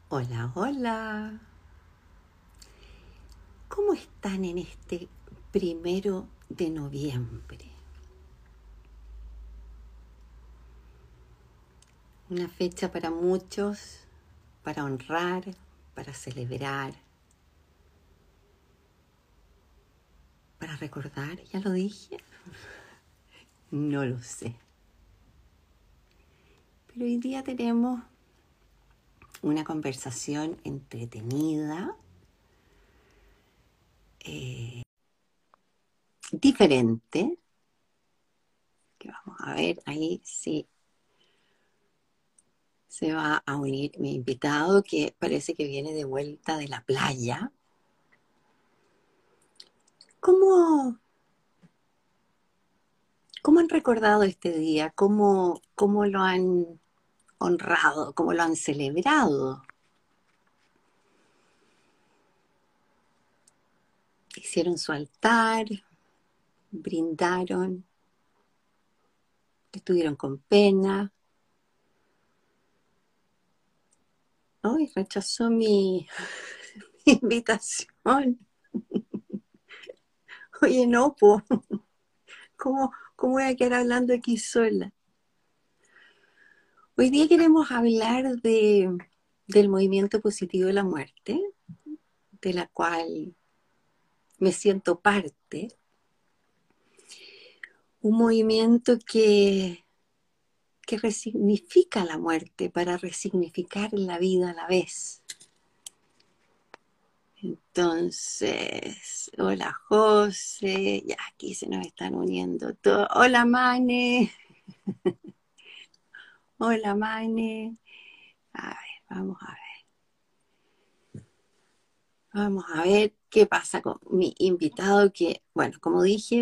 Hola, hola. ¿Cómo están en este 1 de noviembre? Una fecha para muchos, para honrar, para celebrar, para recordar. ¿Ya lo dije? No lo sé. Pero hoy día tenemos una conversación entretenida, diferente, que vamos a ver ahí si se va a unir mi invitado, que parece que viene de vuelta de la playa. ¿Cómo, cómo han recordado este día? ¿Cómo lo han honrado? ¿Cómo lo han celebrado? Hicieron su altar, brindaron, estuvieron con pena. Ay, rechazó mi invitación. Oye, no, po, ¿cómo voy a quedar hablando aquí sola? Hoy día queremos hablar del movimiento positivo de la muerte, de la cual me siento parte. Un movimiento que resignifica la muerte para resignificar la vida a la vez. Entonces, hola José, ya aquí se nos están uniendo todos. Hola Mane, hola Mane. A ver, vamos a ver qué pasa con mi invitado que, bueno, como dije,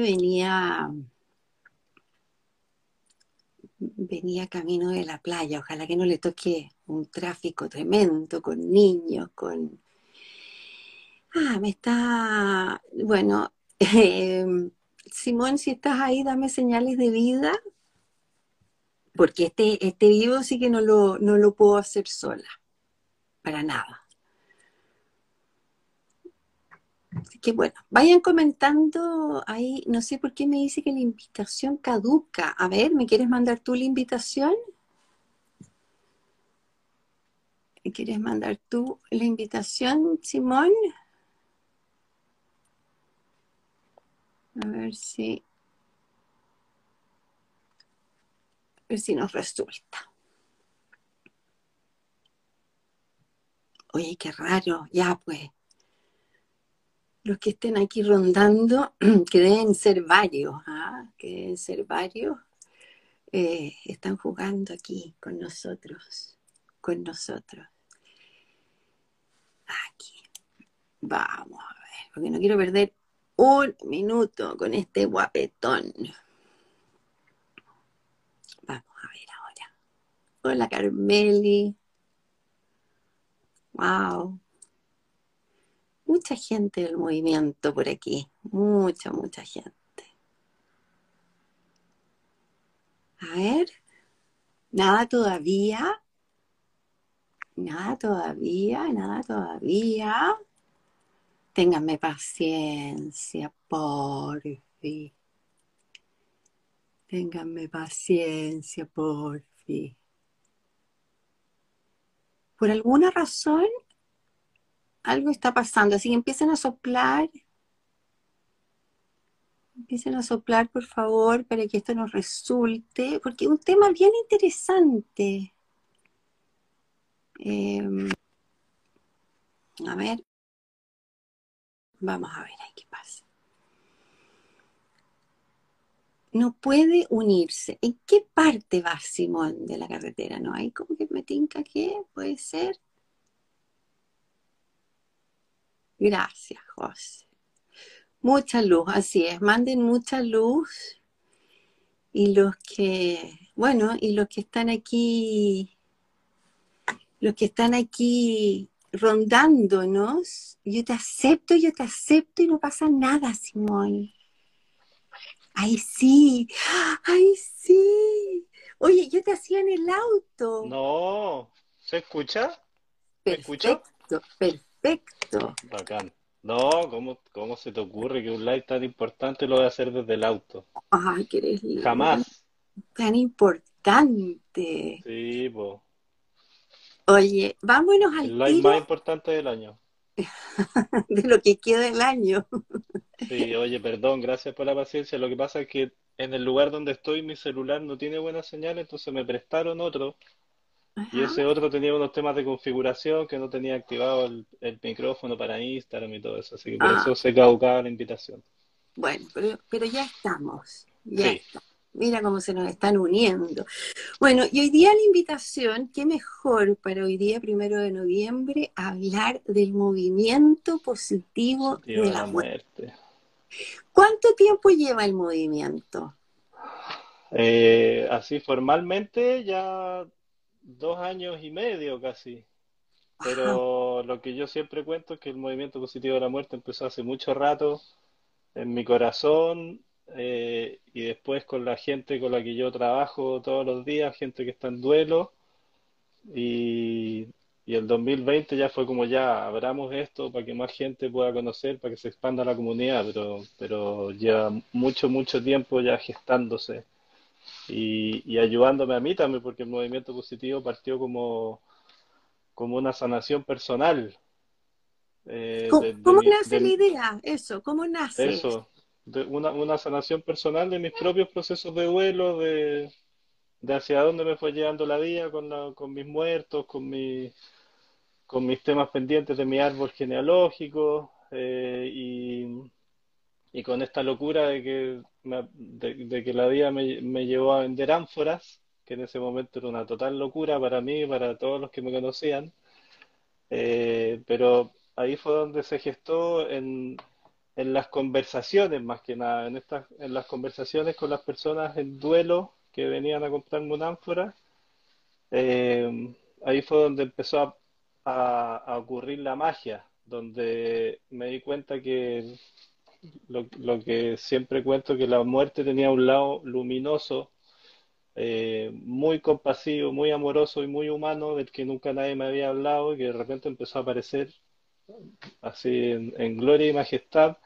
venía camino de la playa. Ojalá que no le toque un tráfico tremendo con niños, con... me está... Bueno, Simón, si estás ahí, dame señales de vida, porque este vivo sí que no lo puedo hacer sola, para nada. Así que bueno, vayan comentando ahí, no sé por qué me dice que la invitación caduca. A ver, ¿me quieres mandar tú la invitación? ¿Me quieres mandar tú la invitación, Simón? A ver si nos resulta. Oye, qué raro, ya pues, los que estén aquí rondando, que deben ser varios, que deben ser varios, están jugando aquí con nosotros. Aquí, vamos a ver, porque no quiero perder un minuto con este guapetón. Vamos a ver ahora. Hola Carmeli, wow, mucha gente del movimiento por aquí, mucha gente. A ver, nada todavía. Nada todavía, nada todavía. Ténganme paciencia, porfi. Ténganme paciencia, porfi. Por alguna razón, algo está pasando. Así que empiecen a soplar, por favor, para que esto nos resulte, porque es un tema bien interesante. A ver, vamos a ver ahí qué pasa. No puede unirse. ¿En qué parte va Simón de la carretera? No hay como que me tinca que puede ser. Gracias, José. Mucha luz, así es. Manden mucha luz y los que están aquí rondándonos, yo te acepto y no pasa nada, Simón. Ay, sí, ay, sí. Oye, yo te hacía en el auto. No, ¿se escucha? ¿Me escuchó? Perfecto, perfecto. Bacán. No, ¿cómo se te ocurre que un live tan importante lo voy a hacer desde el auto? Ay, que eres tan, Jamás. tan importante. Sí, po. Oye, vámonos al El live tiro más importante del año. de lo que queda del año. Sí, oye, perdón, gracias por la paciencia. Lo que pasa es que en el lugar donde estoy mi celular no tiene buena señal, entonces me prestaron otro y Ajá. ese otro tenía unos temas de configuración que no tenía activado el micrófono para Instagram y todo eso, así que por Ah, eso se caducaba la invitación. bueno, pero ya estamos, ya Sí, está. Mira cómo se nos están uniendo. Bueno, y hoy día la invitación, qué mejor para hoy día, 1 de noviembre, hablar del movimiento positivo positivo de de la la muerte. muerte. ¿Cuánto tiempo lleva el movimiento? Así formalmente ya 2 años y medio casi. Wow. Pero lo que yo siempre cuento es que el movimiento positivo de la muerte empezó hace mucho rato en mi corazón y después con la gente con la que yo trabajo todos los días, gente que está en duelo y, y el 2020 ya fue como ya abramos esto para que más gente pueda conocer, para que se expanda la comunidad, pero lleva mucho, mucho tiempo ya gestándose y ayudándome a mí también porque el movimiento positivo partió como una sanación personal. ¿Cómo nace la idea? Eso, ¿cómo nace? Eso, de una sanación personal de mis propios procesos de duelo, de hacia dónde me fue llevando la vida con mis muertos, con mis temas pendientes de mi árbol genealógico y con esta locura de que la vida me llevó a vender ánforas, que en ese momento era una total locura para mí y para todos los que me conocían. Pero ahí fue donde se gestó en las conversaciones, más que nada, en las conversaciones con las personas en duelo que venían a comprarme una ánfora. Ahí fue donde empezó a ocurrir la magia, donde me di cuenta que lo que siempre cuento, que la muerte tenía un lado luminoso, muy compasivo, muy amoroso y muy humano, del que nunca nadie me había hablado y que de repente empezó a aparecer así en gloria y majestad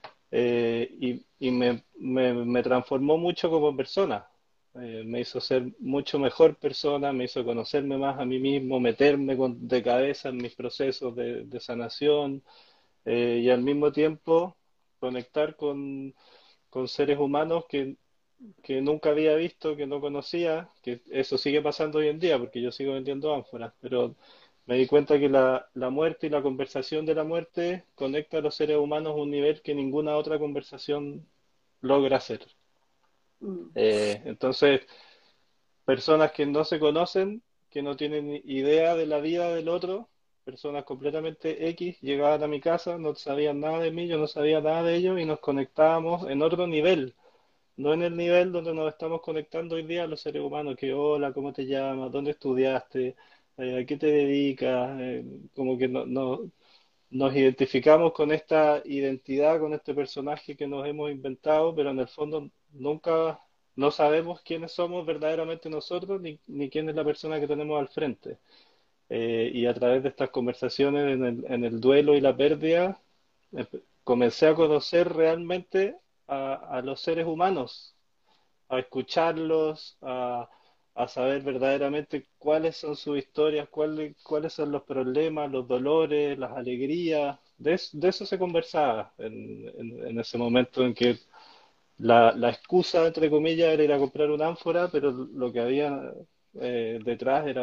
y me transformó mucho como persona. Me hizo ser mucho mejor persona, me hizo conocerme más a mí mismo, meterme de cabeza en mis procesos de sanación y al mismo tiempo conectar con seres humanos que nunca había visto, que no conocía, que eso sigue pasando hoy en día porque yo sigo vendiendo ánforas, pero me di cuenta que la muerte y la conversación de la muerte conecta a los seres humanos a un nivel que ninguna otra conversación logra hacer. Mm. Entonces, personas que no se conocen, que no tienen idea de la vida del otro, personas completamente X, llegaban a mi casa, no sabían nada de mí, yo no sabía nada de ellos y nos conectábamos en otro nivel, no en el nivel donde nos estamos conectando hoy día los seres humanos, que hola, ¿cómo te llamas? ¿Dónde estudiaste? ¿A qué te dedicas? Como que nos identificamos con esta identidad, con este personaje que nos hemos inventado, pero en el fondo nunca no sabemos quiénes somos verdaderamente nosotros ni quién es la persona que tenemos al frente. Y a través de estas conversaciones en el duelo y la pérdida, comencé a conocer realmente a los seres humanos, a escucharlos, a saber verdaderamente cuáles son sus historias, cuáles son los problemas, los dolores, las alegrías. De eso se conversaba en ese momento en que la excusa, entre comillas, era ir a comprar una ánfora, pero lo que había detrás era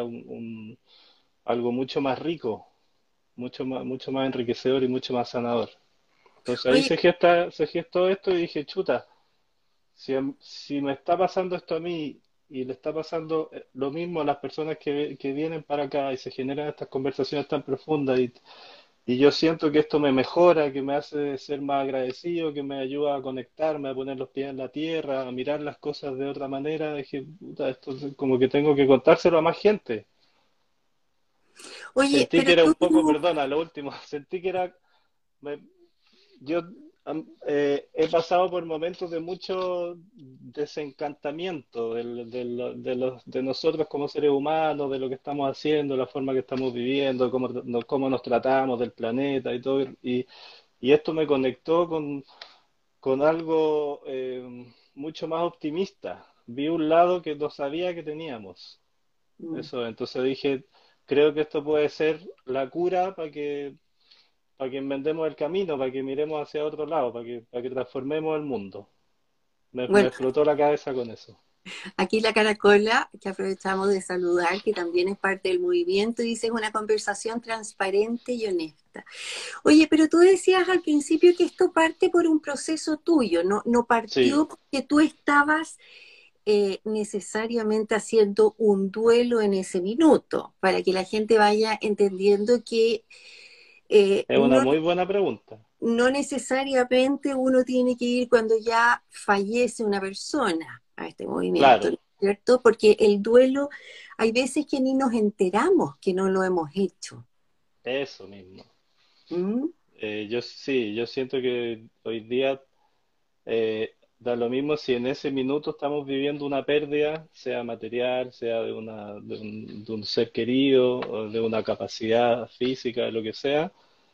algo mucho más rico, mucho más enriquecedor y mucho más sanador. Entonces ahí Oye, se gestó esto y dije, chuta, si me está pasando esto a mí y le está pasando lo mismo a las personas que vienen para acá y se generan estas conversaciones tan profundas y yo siento que esto me mejora, que me hace ser más agradecido, que me ayuda a conectarme, a poner los pies en la tierra, a mirar las cosas de otra manera, dije, puta, esto es como que tengo que contárselo a más gente. oye, Sentí que pero era un tú, poco, perdona, lo último, sentí que era, me- yo He pasado por momentos de mucho desencantamiento de nosotros como seres humanos, de lo que estamos haciendo, la forma que estamos viviendo, cómo nos tratamos del planeta y todo. Y esto me conectó con algo mucho más optimista. Vi un lado que no sabía que teníamos. Mm. Eso, entonces dije, creo que esto puede ser la cura para que inventemos el camino, para que miremos hacia otro lado, para que transformemos el mundo. Me Bueno, explotó la cabeza con eso. aquí la Caracola, que aprovechamos de saludar, que también es parte del movimiento, dice es una conversación transparente y honesta. Oye, pero tú decías al principio que esto parte por un proceso tuyo, no Sí, partió porque tú estabas necesariamente haciendo un duelo en ese minuto, para que la gente vaya entendiendo que es una no, muy buena pregunta. no necesariamente uno tiene que ir cuando ya fallece una persona a este movimiento, ¿no Claro, es cierto? Porque el duelo, hay veces que ni nos enteramos que no lo hemos hecho. eso mismo. ¿Mm? Yo sí, yo siento que hoy día da lo mismo si en ese minuto estamos viviendo una pérdida, sea material, sea de un ser querido, o de una capacidad física, de lo que sea.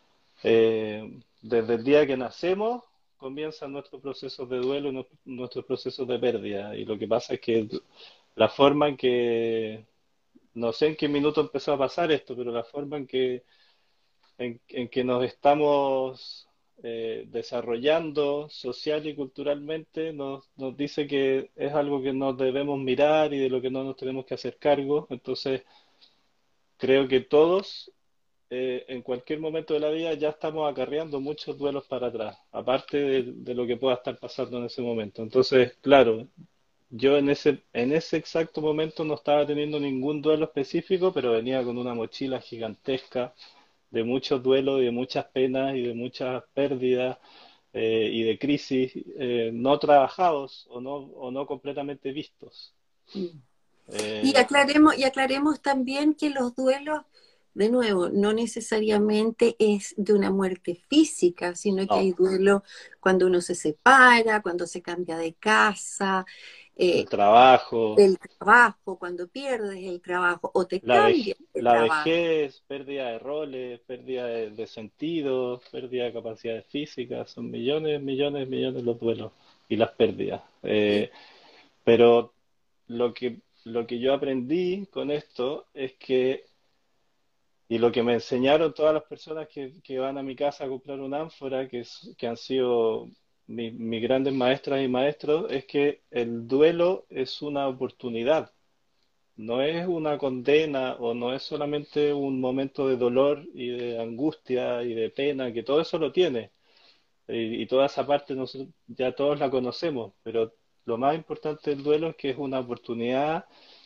Desde el día que nacemos comienzan nuestros procesos de duelo y nuestros procesos de pérdida. Y lo que pasa es que la forma en que, no sé en qué minuto empezó a pasar esto, pero la forma en que nos estamos desarrollando social y culturalmente nos dice que es algo que nos debemos mirar y de lo que no nos tenemos que hacer cargo. Entonces, creo que todos en cualquier momento de la vida ya estamos acarreando muchos duelos para atrás, aparte de lo que pueda estar pasando en ese momento. Entonces, claro, yo en ese exacto momento no estaba teniendo ningún duelo específico, pero venía con una mochila gigantesca de muchos duelos y de muchas penas y de muchas pérdidas y de crisis no trabajados o no completamente vistos. Mm. Eh, Y aclaremos también que los duelos, de nuevo, no necesariamente es de una muerte física, sino que hay no, duelo cuando uno se separa, cuando se cambia de casa, el eh, trabajo, del trabajo, cuando pierdes el trabajo o te cambias de la trabajo. vejez, pérdida de roles, pérdida de sentido, pérdida de capacidades físicas, son millones, millones, millones los duelos y las pérdidas. Sí. Pero lo que yo aprendí con esto es que, y lo que me enseñaron todas las personas que van a mi casa a comprar una ánfora, que han sido mis grandes maestras y maestros, es que el duelo es una oportunidad. No es una condena o no es solamente un momento de dolor y de angustia y de pena, que todo eso lo tiene. Y toda esa parte nosotros ya todos la conocemos, pero lo más importante del duelo es que es una oportunidad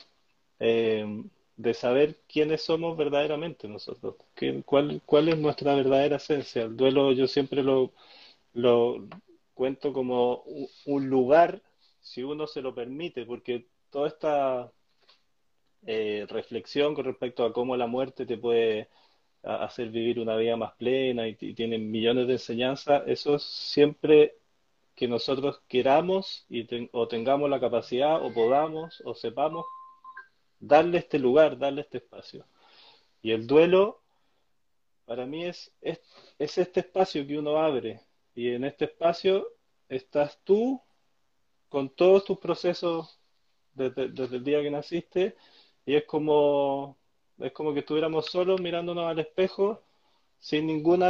de saber quiénes somos verdaderamente nosotros, cuál es nuestra verdadera esencia. El duelo yo siempre lo cuento como un lugar, si uno se lo permite, porque toda esta reflexión con respecto a cómo la muerte te puede hacer vivir una vida más plena y tiene millones de enseñanzas, eso es siempre que nosotros queramos o tengamos la capacidad o podamos o sepamos darle este lugar, darle este espacio. Y el duelo para mí es este espacio que uno abre y en este espacio estás tú con todos tus procesos desde el día que naciste y es como que estuviéramos solos mirándonos al espejo sin ninguna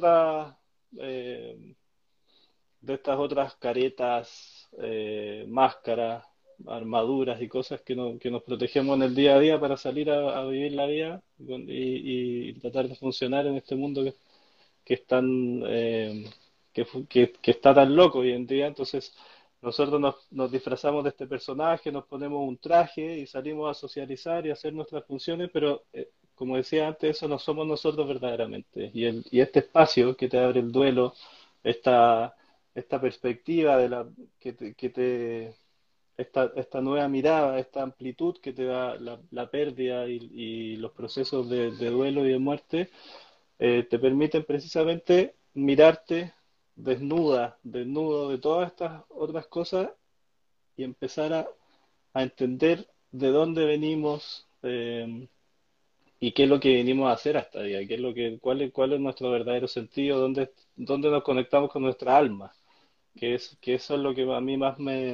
eh, de estas otras caretas, máscaras, armaduras y cosas que nos protegemos en el día a día para salir a vivir la vida y tratar de funcionar en este mundo que es tan, que está tan loco hoy en día. Entonces, nosotros nos disfrazamos de este personaje, nos ponemos un traje y salimos a socializar y a hacer nuestras funciones, pero como decía antes, eso no somos nosotros verdaderamente. Y este espacio que te abre el duelo, esta, esta perspectiva que te esta nueva mirada, esta amplitud que te da la pérdida y los procesos de duelo y de muerte, te permiten precisamente mirarte, desnudo de todas estas otras cosas y empezar a entender de dónde venimos y qué es lo que venimos a hacer hasta día, qué es cuál es nuestro verdadero sentido, dónde nos conectamos con nuestra alma, que eso es lo que a mí más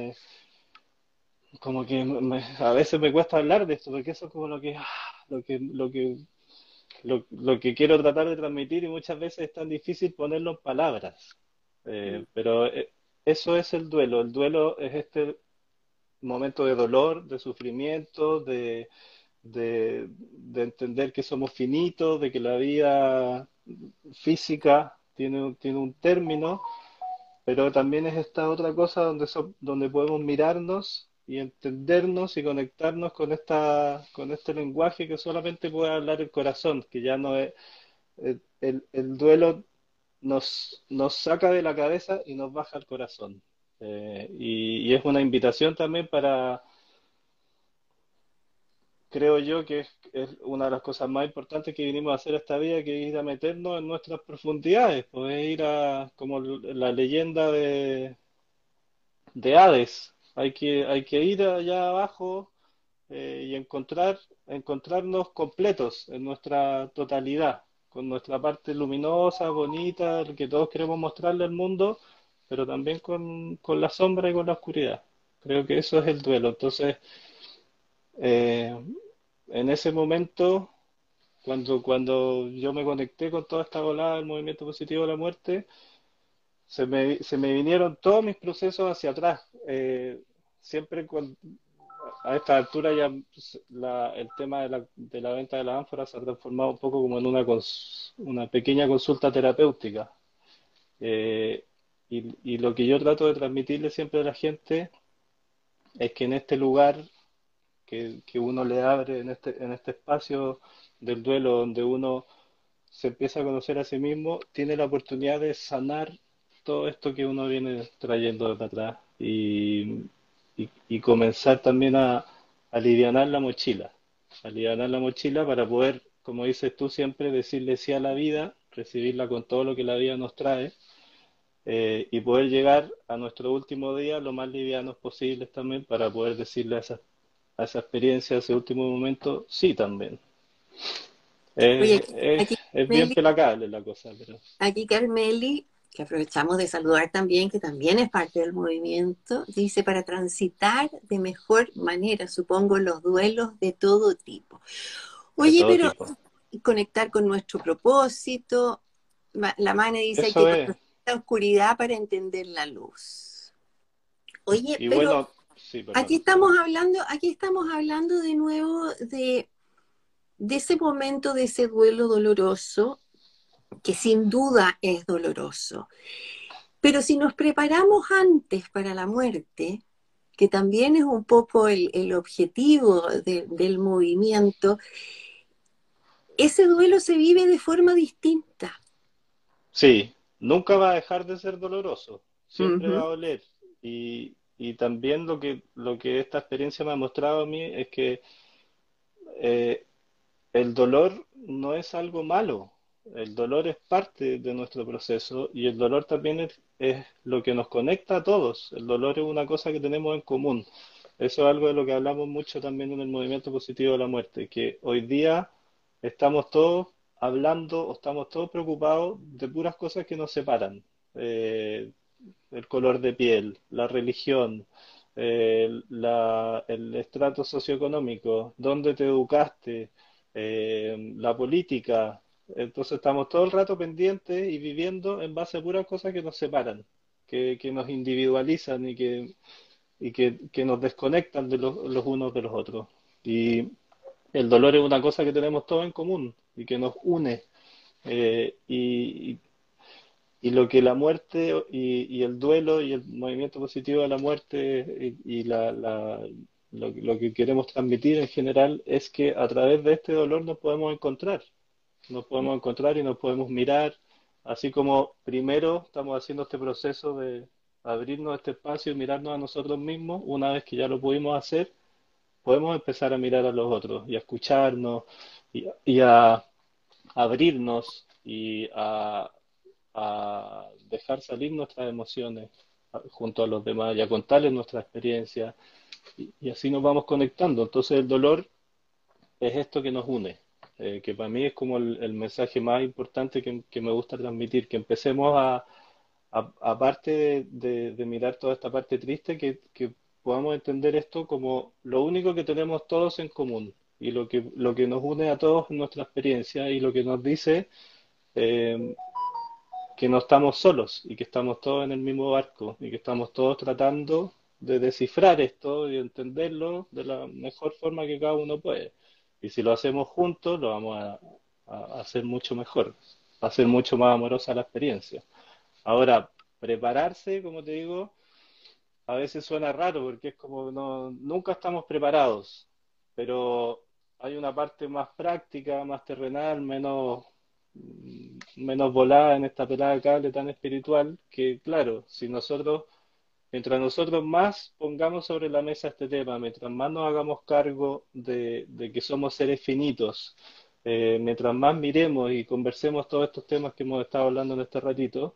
como que a veces me cuesta hablar de esto, porque eso es como lo que quiero tratar de transmitir y muchas veces es tan difícil ponerlo en palabras. Pero eso es el duelo. El duelo es este momento de dolor, de sufrimiento, de entender que somos finitos, de que la vida física tiene un término, pero también es esta otra cosa donde podemos mirarnos y entendernos y conectarnos con con este lenguaje que solamente puede hablar el corazón, que ya no es, el duelo nos saca de la cabeza y nos baja al corazón. Y es una invitación también creo yo que es una de las cosas más importantes que vinimos a hacer esta vida, que es ir a meternos en nuestras profundidades, poder ir como la leyenda de Hades. Hay que ir allá abajo y encontrarnos completos en nuestra totalidad, con nuestra parte luminosa, bonita, que todos queremos mostrarle al mundo, pero también con la sombra y con la oscuridad. Creo que eso es el duelo. Entonces, eh, en ese momento, cuando yo me conecté con toda esta volada del movimiento positivo de la muerte, se me vinieron todos mis procesos hacia atrás. Siempre a esta altura ya pues, el tema de la venta de la ánfora se ha transformado un poco como en una pequeña consulta terapéutica. Eh, y lo que yo trato de transmitirle siempre a la gente es que en este lugar que uno le abre, en este espacio del duelo donde uno se empieza a conocer a sí mismo, tiene la oportunidad de sanar todo esto que uno viene trayendo desde atrás y comenzar también a alivianar la mochila, alivianar la mochila para poder, como dices tú siempre, decirle sí a la vida, recibirla con todo lo que la vida nos trae y poder llegar a nuestro último día lo más livianos posibles también para poder decirle a esa experiencia, a ese último momento, sí también. Oye, Es, aquí, es bien Meli, pelacable la cosa, pero aquí Carmeli, que aprovechamos de saludar también, que también es parte del movimiento, dice, para transitar de mejor manera, supongo, los duelos de todo tipo. de Oye, todo pero tipo. conectar con nuestro propósito, la Mane dice, hay Eso que es. conocer la oscuridad para entender la luz. Oye, Y pero bueno, sí, perdona. aquí estamos hablando de nuevo de ese momento, de ese duelo doloroso, que sin duda es doloroso. Pero si nos preparamos antes para la muerte, que también es un poco el objetivo del movimiento, ese duelo se vive de forma distinta. Sí, nunca va a dejar de ser doloroso, siempre va a Ujú. doler. Y también lo que esta experiencia me ha mostrado a mí es que eh, el dolor no es algo malo, el dolor es parte de nuestro proceso y el dolor también es lo que nos conecta a todos. El dolor es una cosa que tenemos en común. Eso es algo de lo que hablamos mucho también en el movimiento positivo de la muerte, que hoy día estamos todos hablando o estamos todos preocupados de puras cosas que nos separan. Eh, el color de piel, la religión, el estrato socioeconómico, dónde te educaste, la política. Entonces estamos todo el rato pendientes y viviendo en base a puras cosas que nos separan, que nos individualizan que nos desconectan de los unos de los otros. Y el dolor es una cosa que tenemos todos en común y que nos une. Y lo que la muerte y el duelo y el movimiento positivo de la muerte lo que queremos transmitir en general es que a través de este dolor nos podemos encontrar y nos podemos mirar, así como primero estamos haciendo este proceso de abrirnos a este espacio y mirarnos a nosotros mismos, una vez que ya lo pudimos hacer, podemos empezar a mirar a los otros y a escucharnos y a abrirnos y a dejar salir nuestras emociones junto a los demás y a contarles nuestra experiencia y así nos vamos conectando. Entonces el dolor es esto que nos une, que para mí es como el mensaje más importante que me gusta transmitir, que empecemos aparte de mirar toda esta parte triste, que podamos entender esto como lo único que tenemos todos en común y lo que nos une a todos en nuestra experiencia y lo que nos dice eh, que no estamos solos y que estamos todos en el mismo barco y que estamos todos tratando de descifrar esto y entenderlo de la mejor forma que cada uno puede. Y si lo hacemos juntos, lo vamos a hacer mucho mejor, va a ser mucho más amorosa la experiencia. Ahora, prepararse, como te digo, a veces suena raro porque es como no, nunca estamos preparados, pero hay una parte más práctica, más terrenal, menos volada en esta pelada de cable tan espiritual, que claro, si nosotros, mientras nosotros más pongamos sobre la mesa este tema, mientras más nos hagamos cargo de que somos seres finitos, mientras más miremos y conversemos todos estos temas que hemos estado hablando en este ratito,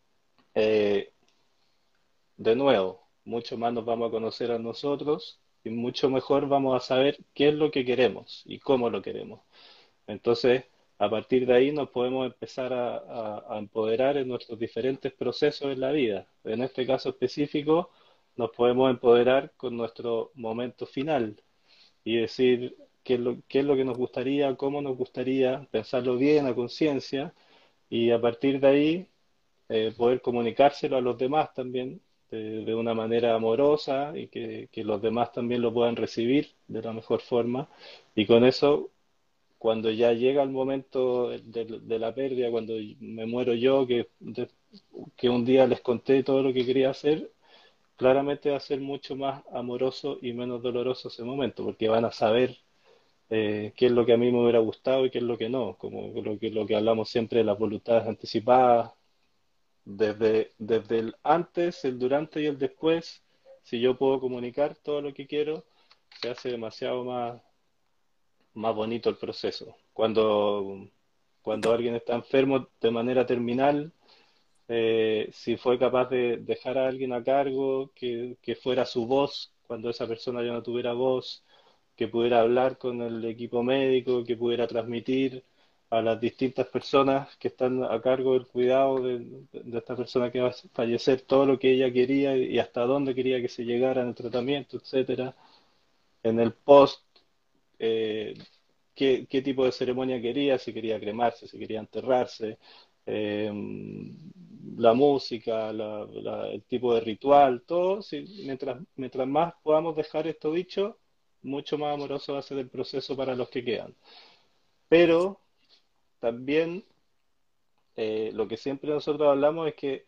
eh, de nuevo, mucho más nos vamos a conocer a nosotros y mucho mejor vamos a saber qué es lo que queremos y cómo lo queremos. Entonces, a partir de ahí nos podemos empezar a empoderar en nuestros diferentes procesos en la vida. En este caso específico, nos podemos empoderar con nuestro momento final y decir qué es lo que nos gustaría, cómo nos gustaría, pensarlo bien a conciencia y a partir de ahí poder comunicárselo a los demás también de una manera amorosa y que los demás también lo puedan recibir de la mejor forma. Y con eso, cuando ya llega el momento de la pérdida, cuando me muero yo, que un día les conté todo lo que quería hacer, claramente va a ser mucho más amoroso y menos doloroso ese momento, porque van a saber qué es lo que a mí me hubiera gustado y qué es lo que no, como lo que hablamos siempre de las voluntades anticipadas, desde el antes, el durante y el después, si yo puedo comunicar todo lo que quiero, se hace demasiado más bonito el proceso. Cuando alguien está enfermo de manera terminal, si fue capaz de dejar a alguien a cargo, que fuera su voz cuando esa persona ya no tuviera voz, que pudiera hablar con el equipo médico, que pudiera transmitir a las distintas personas que están a cargo del cuidado de esta persona que va a fallecer todo lo que ella quería y hasta dónde quería que se llegara en el tratamiento, etcétera. En el post, eh, qué tipo de ceremonia quería, si quería cremarse, si quería enterrarse, eh, la música, el tipo de ritual, todo, sí, mientras más podamos dejar esto dicho, mucho más amoroso va a ser el proceso para los que quedan. Pero también lo que siempre nosotros hablamos es que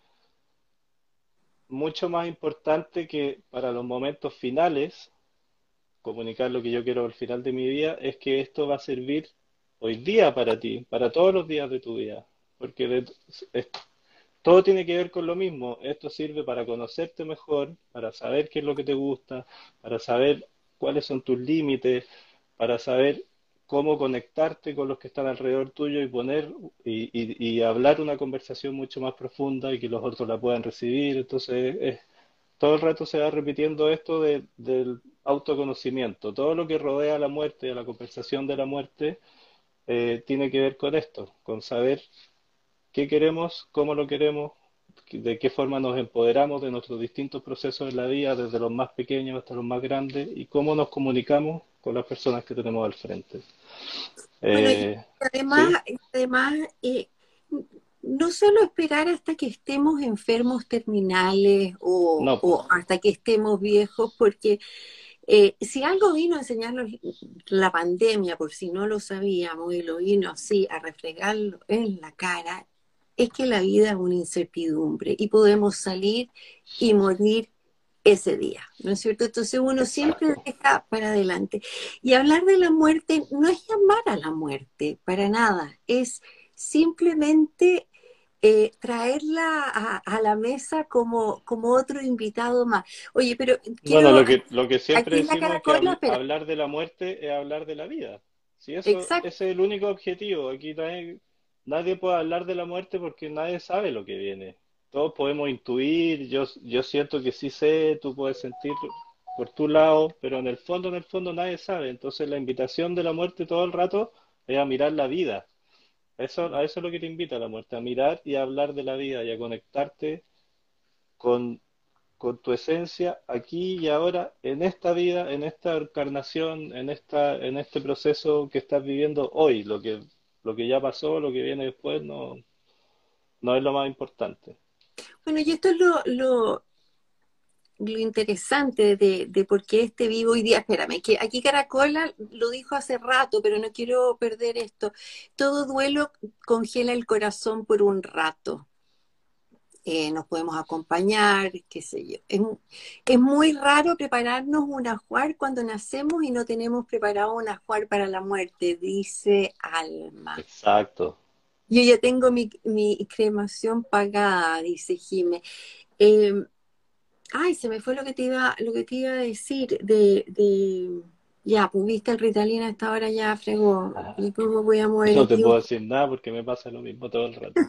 mucho más importante que para los momentos finales, comunicar lo que yo quiero al final de mi vida, es que esto va a servir hoy día para ti, para todos los días de tu vida. Porque es- todo tiene que ver con lo mismo. Esto sirve para conocerte mejor, para saber qué es lo que te gusta, para saber cuáles son tus límites, para saber cómo conectarte con los que están alrededor tuyo y y hablar una conversación mucho más profunda y que los otros la puedan recibir. Entonces, todo el rato se va repitiendo esto del autoconocimiento. Todo lo que rodea a la muerte, a la conversación de la muerte, tiene que ver con esto, con saber qué queremos, cómo lo queremos, de qué forma nos empoderamos de nuestros distintos procesos en la vida, desde los más pequeños hasta los más grandes, y cómo nos comunicamos con las personas que tenemos al frente. Bueno, y Eh, además, ¿Sí? además no solo esperar hasta que estemos enfermos terminales No, pues. o hasta que estemos viejos, porque si algo vino a enseñarnos la pandemia, por si no lo sabíamos, y lo vino así a refregarlo en la cara, es que la vida es una incertidumbre y podemos salir y morir ese día, ¿no es cierto? Entonces uno siempre Exacto. deja para adelante. Y hablar de la muerte no es llamar a la muerte, para nada, es simplemente traerla a la mesa como otro invitado más. Oye, pero Bueno, quiero, lo que siempre aquí en la decimos es que caracola, espera, hablar de la muerte es hablar de la vida. Sí, eso, exacto, ese es el único objetivo. Aquí también nadie puede hablar de la muerte porque nadie sabe lo que viene. Todos podemos intuir, yo siento que sí sé, tú puedes sentir por tu lado, pero en el fondo nadie sabe. Entonces la invitación de la muerte todo el rato es a mirar la vida. A eso es lo que te invita la muerte, a mirar y a hablar de la vida y a conectarte con, con tu esencia aquí y ahora, en esta vida, en esta encarnación, en este proceso que estás viviendo hoy. Lo que ya pasó, lo que viene después, no es lo más importante. Bueno, y esto es lo interesante de por qué este vivo hoy día. Espérame, que aquí Caracola lo dijo hace rato, pero no quiero perder esto. Todo duelo congela el corazón por un rato. Nos podemos acompañar, qué sé yo. Es muy raro prepararnos un ajuar cuando nacemos y no tenemos preparado un ajuar para la muerte, dice Alma. Exacto. Yo ya tengo mi cremación pagada, dice Jime. Eh, Ay, se me fue lo que te iba a decir ya, pues viste el Ritalin a esta hora ya fregó. Ajá. ¿Y cómo voy a mover No te aquí? puedo decir nada porque me pasa lo mismo todo el rato.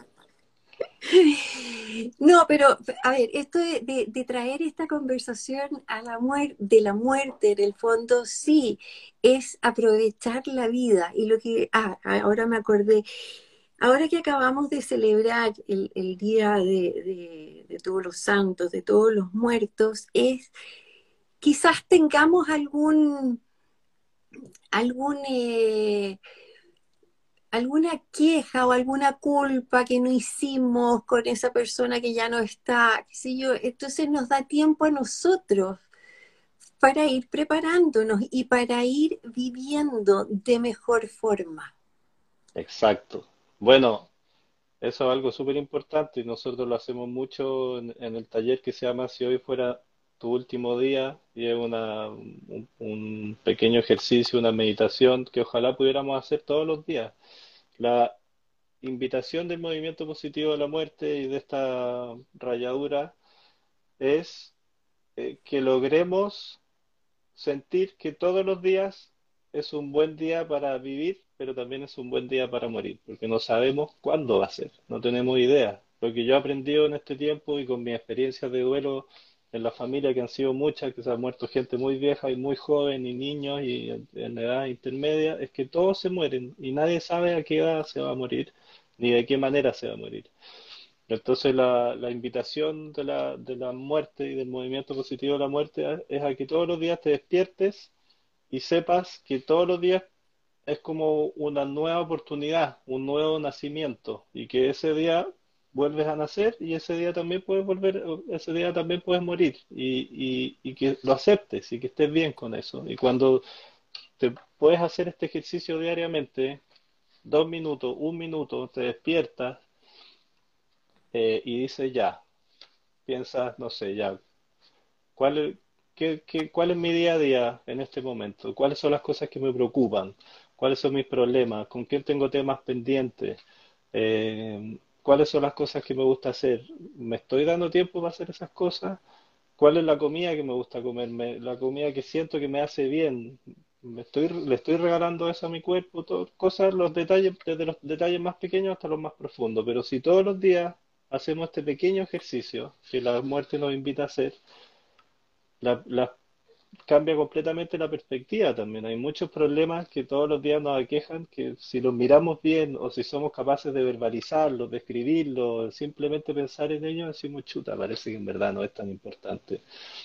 No, pero a ver, esto de traer esta conversación a de la muerte, en el fondo, sí, es aprovechar la vida. Y lo que, ahora me acordé, ahora que acabamos de celebrar el Día de Todos los Santos, de todos los muertos, quizás tengamos algún alguna queja o alguna culpa que no hicimos con esa persona que ya no está, qué sé yo, entonces nos da tiempo a nosotros para ir preparándonos y para ir viviendo de mejor forma. Exacto. Bueno, eso es algo súper importante y nosotros lo hacemos mucho en el taller que se llama Si hoy fuera tu último día y es un pequeño ejercicio, una meditación que ojalá pudiéramos hacer todos los días. La invitación del movimiento positivo de la muerte y de esta rayadura es que logremos sentir que todos los días es un buen día para vivir, pero también es un buen día para morir, porque no sabemos cuándo va a ser, no tenemos idea. Lo que yo he aprendido en este tiempo y con mis experiencias de duelo en la familia, que han sido muchas, que se ha muerto gente muy vieja y muy joven, y niños y en edad intermedia, es que todos se mueren y nadie sabe a qué edad se va a morir, ni de qué manera se va a morir. Entonces la invitación de la muerte y del movimiento positivo de la muerte es a que todos los días te despiertes y sepas que todos los días es como una nueva oportunidad, un nuevo nacimiento y que ese día vuelves a nacer y ese día también puedes volver, ese día también puedes morir y que lo aceptes y que estés bien con eso. Y cuando te puedes hacer este ejercicio diariamente, 2 minutos, 1 minuto, te despiertas y dices ya, piensas, no sé, ya, ¿cuál es, cuál es mi día a día en este momento? ¿Cuáles son las cosas que me preocupan? ¿Cuáles son mis problemas? ¿Con quién tengo temas pendientes? ¿Cuáles son las cosas que me gusta hacer? ¿Me estoy dando tiempo para hacer esas cosas? ¿Cuál es la comida que me gusta comerme? La comida que siento que me hace bien. Le estoy regalando eso a mi cuerpo, cosas, los detalles, desde los detalles más pequeños hasta los más profundos. Pero si todos los días hacemos este pequeño ejercicio que la muerte nos invita a hacer, la cambia completamente la perspectiva también. Hay muchos problemas que todos los días nos aquejan, que si los miramos bien o si somos capaces de verbalizarlos, de escribirlos, simplemente pensar en ellos, decimos, chuta, parece que en verdad no es tan importante.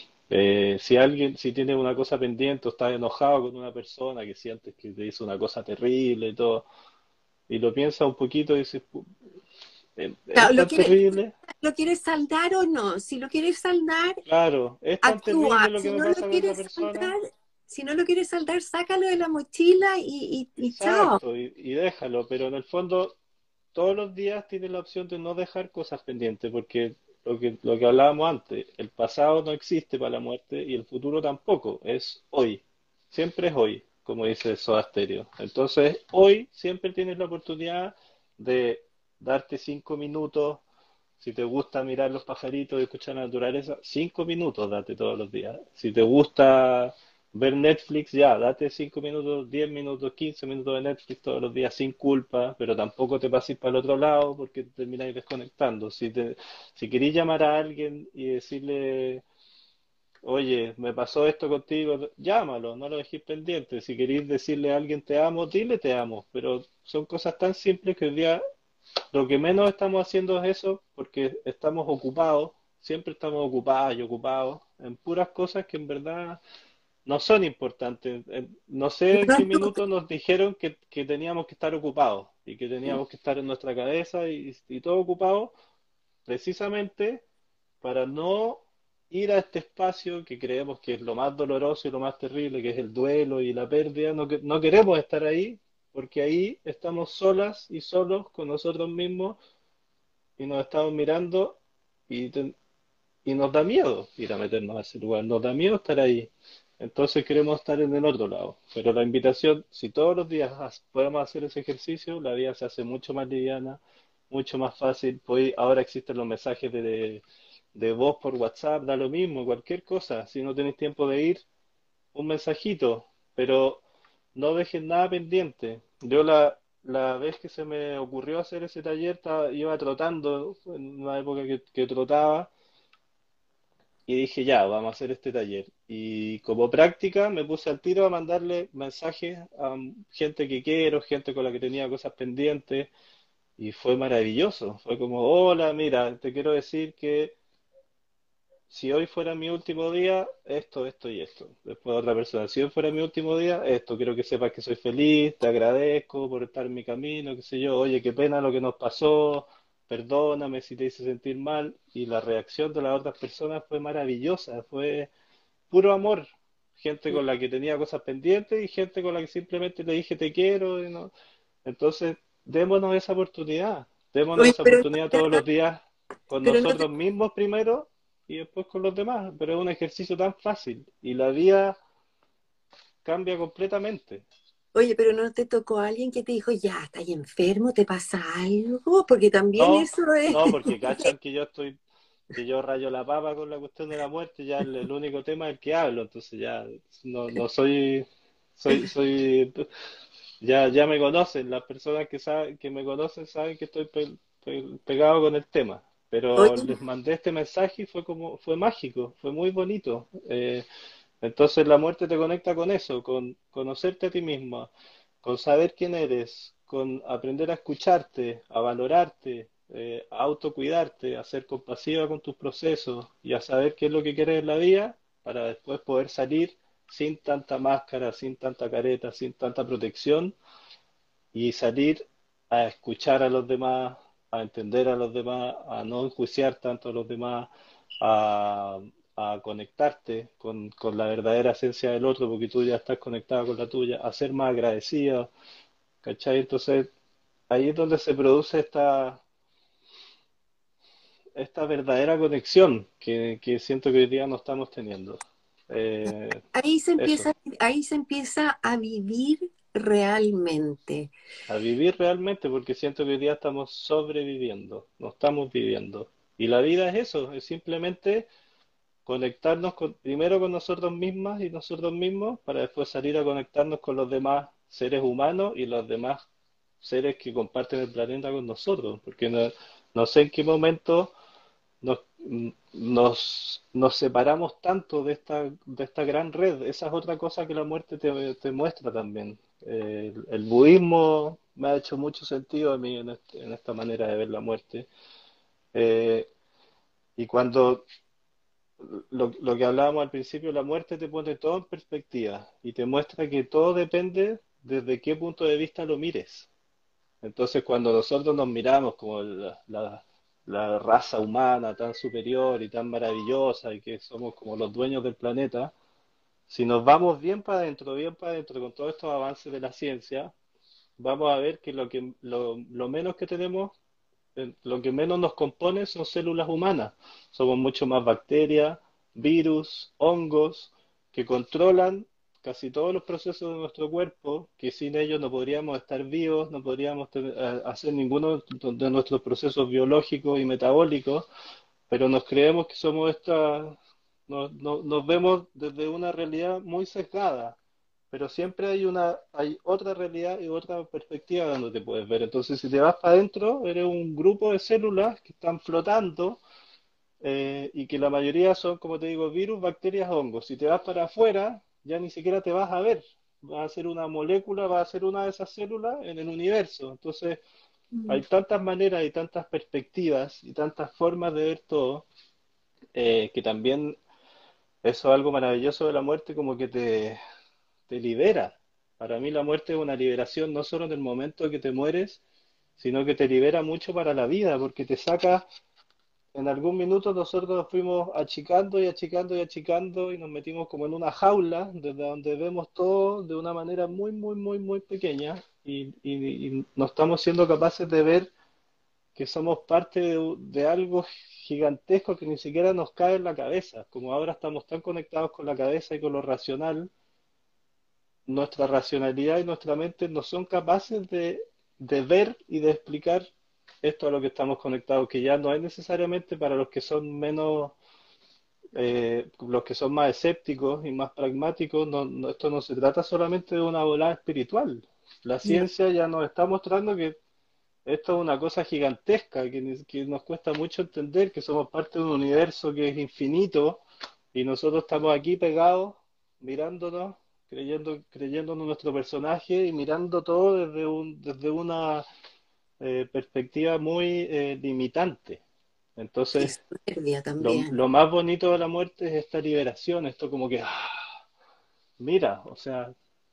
Si tiene una cosa pendiente o estás enojado con una persona que sientes que te hizo una cosa terrible y todo, y lo piensas un poquito y dices, Claro, ¿es tan terrible? lo quieres saldar o no? Si lo quieres saldar, Claro, ¿es tan terrible actúa. lo que Si me no lo pasa con esa quieres persona? saldar, si no lo quieres saldar, sácalo de la mochila y chao. Exacto, y déjalo, pero en el fondo todos los días tienes la opción de no dejar cosas pendientes, porque lo que hablábamos antes, el pasado no existe para la muerte y el futuro tampoco, es hoy, siempre es hoy, como dice Soda Stereo. Entonces, hoy siempre tienes la oportunidad de darte 5 minutos, si te gusta mirar los pajaritos y escuchar la naturaleza, 5 minutos date todos los días. Si te gusta Ver Netflix, ya, date 5 minutos, 10 minutos, 15 minutos de Netflix todos los días sin culpa, pero tampoco te pases para el otro lado porque te termináis desconectando. Si queréis llamar a alguien y decirle, oye, me pasó esto contigo, llámalo, no lo dejéis pendiente. Si queréis decirle a alguien te amo, dile te amo, pero son cosas tan simples que hoy día lo que menos estamos haciendo es eso porque estamos ocupados, siempre estamos ocupados y ocupados en puras cosas que en verdad no son importantes. No sé en qué minuto nos dijeron que teníamos que estar ocupados y que teníamos que estar en nuestra cabeza y todo ocupado precisamente para no ir a este espacio que creemos que es lo más doloroso y lo más terrible, que es el duelo y la pérdida. No, no queremos estar ahí porque ahí estamos solas y solos con nosotros mismos y nos estamos mirando y, y nos da miedo ir a meternos a ese lugar, nos da miedo estar ahí. Entonces queremos estar en el otro lado. Pero la invitación, si todos los días podemos hacer ese ejercicio, la vida se hace mucho más liviana, mucho más fácil. Ahora existen los mensajes de voz por WhatsApp, da lo mismo, cualquier cosa. Si no tenéis tiempo de ir, un mensajito, pero no dejen nada pendiente. Yo la vez que se me ocurrió hacer ese taller, iba trotando, en una época que trotaba, y dije, ya, vamos a hacer este taller. Y como práctica me puse al tiro a mandarle mensajes a gente que quiero, gente con la que tenía cosas pendientes, y fue maravilloso. Fue como, hola, mira, te quiero decir que si hoy fuera mi último día, esto y esto. Después otra persona, si hoy fuera mi último día, esto, quiero que sepas que soy feliz, te agradezco por estar en mi camino, qué sé yo, oye, qué pena lo que nos pasó, perdóname si te hice sentir mal. Y la reacción de las otras personas fue maravillosa, fue puro amor. Gente con la que tenía cosas pendientes y gente con la que simplemente le dije te quiero. Y no. Entonces, démonos Oye, esa oportunidad todos los días con pero no te, nosotros mismos primero y después con los demás. Pero es un ejercicio tan fácil y la vida cambia completamente. oye, pero no te tocó alguien que te dijo, ya, estás enfermo, te pasa algo, porque también No, eso es. no, porque cachan que yo rayo la papa con la cuestión de la muerte, ya el único tema del que hablo, entonces ya no soy, ya me conocen, las personas que me conocen saben que estoy pegado con el tema, pero Oye, les mandé este mensaje y fue mágico, fue muy bonito. Entonces la muerte te conecta con eso, con conocerte a ti misma, con saber quién eres, con aprender a escucharte, a valorarte, a autocuidarte, a ser compasiva con tus procesos y a saber qué es lo que quieres en la vida para después poder salir sin tanta máscara, sin tanta careta, sin tanta protección y salir a escuchar a los demás, a entender a los demás, a no enjuiciar tanto a los demás, a, a conectarte con la verdadera esencia del otro, porque tú ya estás conectado con la tuya, a ser más agradecido, ¿cachai? Entonces, ahí es donde se produce esta verdadera conexión que siento que hoy día no estamos teniendo. Eso. ahí se empieza a vivir realmente. A vivir realmente, porque siento que hoy día estamos sobreviviendo, no estamos viviendo. Y la vida es eso, es simplemente conectarnos primero con nosotros mismas y nosotros mismos para después salir a conectarnos con los demás seres humanos y los demás seres que comparten el planeta con nosotros, porque no sé en qué momento nos, nos separamos tanto de esta gran red. Esa es otra cosa que la muerte te muestra también. El budismo me ha hecho mucho sentido a mí en esta manera de ver la muerte. Eh, y cuando lo que hablábamos al principio, la muerte te pone todo en perspectiva y te muestra que todo depende desde qué punto de vista lo mires. Entonces, cuando nosotros nos miramos como la raza humana tan superior y tan maravillosa y que somos como los dueños del planeta, si nos vamos bien para adentro con todos estos avances de la ciencia, vamos a ver que lo menos que tenemos, lo que menos nos compone son células humanas. Somos mucho más bacterias, virus, hongos, que controlan casi todos los procesos de nuestro cuerpo, que sin ellos no podríamos estar vivos, no podríamos hacer ninguno de nuestros procesos biológicos y metabólicos, pero nos creemos que somos Nos vemos desde una realidad muy sesgada, pero siempre hay otra realidad y otra perspectiva donde te puedes ver. Entonces, si te vas para adentro, eres un grupo de células que están flotando y que la mayoría son, como te digo, virus, bacterias, hongos. Si te vas para afuera, ya ni siquiera te vas a ver. Va a ser una molécula, va a ser una de esas células en el universo. Entonces, hay Mm. tantas maneras y tantas perspectivas y tantas formas de ver todo, que también eso es algo maravilloso de la muerte, como que te libera. Para mí la muerte es una liberación no solo en el momento que te mueres, sino que te libera mucho para la vida, porque te saca, en algún minuto nosotros nos fuimos achicando y achicando y achicando y nos metimos como en una jaula desde donde vemos todo de una manera muy, muy, muy, muy pequeña y no estamos siendo capaces de ver que somos parte de algo gigantesco que ni siquiera nos cae en la cabeza. Como ahora estamos tan conectados con la cabeza y con lo racional, nuestra racionalidad y nuestra mente no son capaces de ver y de explicar esto a lo que estamos conectados, que ya no es necesariamente para los que son menos, los que son más escépticos y más pragmáticos, esto no se trata solamente de una volada espiritual. La No. ciencia ya nos está mostrando que esto es una cosa gigantesca, que nos cuesta mucho entender, que somos parte de un universo que es infinito y nosotros estamos aquí pegados, mirándonos, creyéndonos nuestro personaje y mirando todo desde una perspectiva muy limitante. Y Entonces, soberbia también. lo más bonito de la muerte es esta liberación, esto como que, mira, o sea,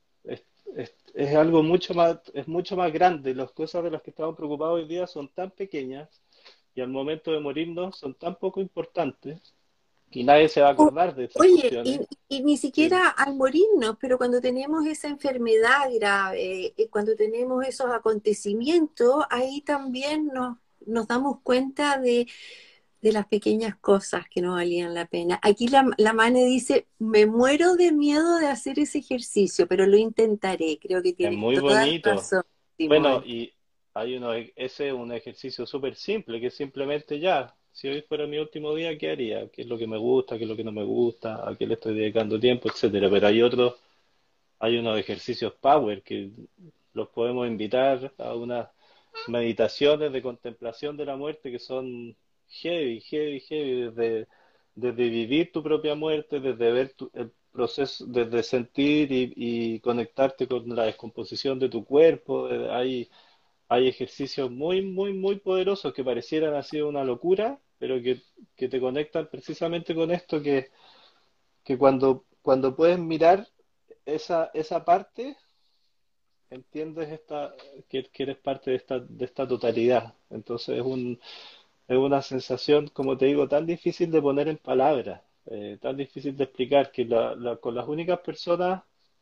es algo es mucho más grande. Las cosas de las que estamos preocupados hoy día son tan pequeñas y al momento de morirnos son tan poco importantes y nadie se va a O- acordar de esas Oye, cuestiones. y ni Que siquiera al morirnos, pero cuando tenemos esa enfermedad grave, cuando tenemos esos acontecimientos, ahí también nos damos cuenta de las pequeñas cosas que no valían la pena. Aquí la Mane dice, me muero de miedo de hacer ese ejercicio, pero lo intentaré. Creo que es tienes muy toda la bonito. razón, Bueno, Simón. y ese es un ejercicio súper simple, que es simplemente ya, si hoy fuera mi último día, ¿qué haría? ¿Qué es lo que me gusta? ¿Qué es lo que no me gusta? ¿A qué le estoy dedicando tiempo? Etcétera. Pero hay unos ejercicios power que los podemos invitar a unas meditaciones de contemplación de la muerte que son heavy, heavy, heavy, desde vivir tu propia muerte, desde ver el proceso, desde sentir y conectarte con la descomposición de tu cuerpo. Hay ejercicios muy, muy, muy poderosos que parecieran así una locura, pero que te conectan precisamente con esto que cuando puedes mirar esa parte, entiendes que eres parte de esta totalidad. Entonces es una sensación, como te digo, tan difícil de poner en palabras, tan difícil de explicar, que con las únicas personas